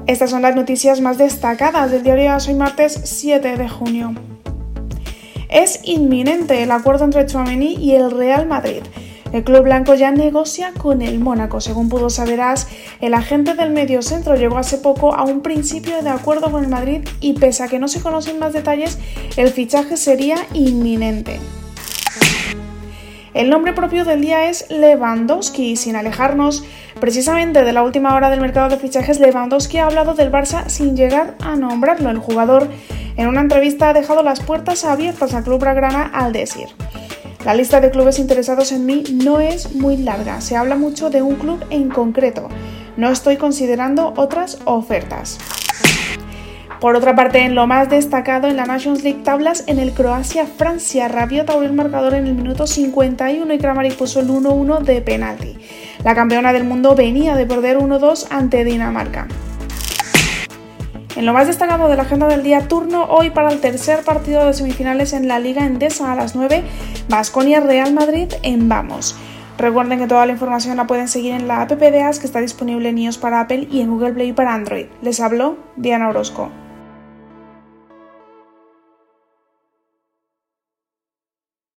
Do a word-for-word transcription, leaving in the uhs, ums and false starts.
Estas son las noticias más destacadas del diario AS hoy martes siete de junio. Es inminente el acuerdo entre Tchouaméni y el Real Madrid. El club blanco ya negocia con el Mónaco. Según pudo saber AS, el agente del mediocentro llegó hace poco a un principio de acuerdo con el Madrid y pese a que no se conocen más detalles, el fichaje sería inminente. El nombre propio del día es Lewandowski. Sin alejarnos precisamente de la última hora del mercado de fichajes, Lewandowski ha hablado del Barça sin llegar a nombrarlo. El jugador en una entrevista ha dejado las puertas abiertas al club blaugrana al decir: la lista de clubes interesados en mí no es muy larga, se habla mucho de un club en concreto, no estoy considerando otras ofertas. Por otra parte, en lo más destacado en la Nations League tablas, en el Croacia-Francia, Rabiot abrió el marcador en el minuto cincuenta y uno y Kramaric puso el uno uno de penalti. La campeona del mundo venía de perder uno dos ante Dinamarca. En lo más destacado de la agenda del día, turno hoy para el tercer partido de semifinales en la Liga Endesa a las nueve, Baskonia-Real Madrid en Vamos. Recuerden que toda la información la pueden seguir en la app de AS, que está disponible en iOS para Apple y en Google Play para Android. Les habló Diana Orozco.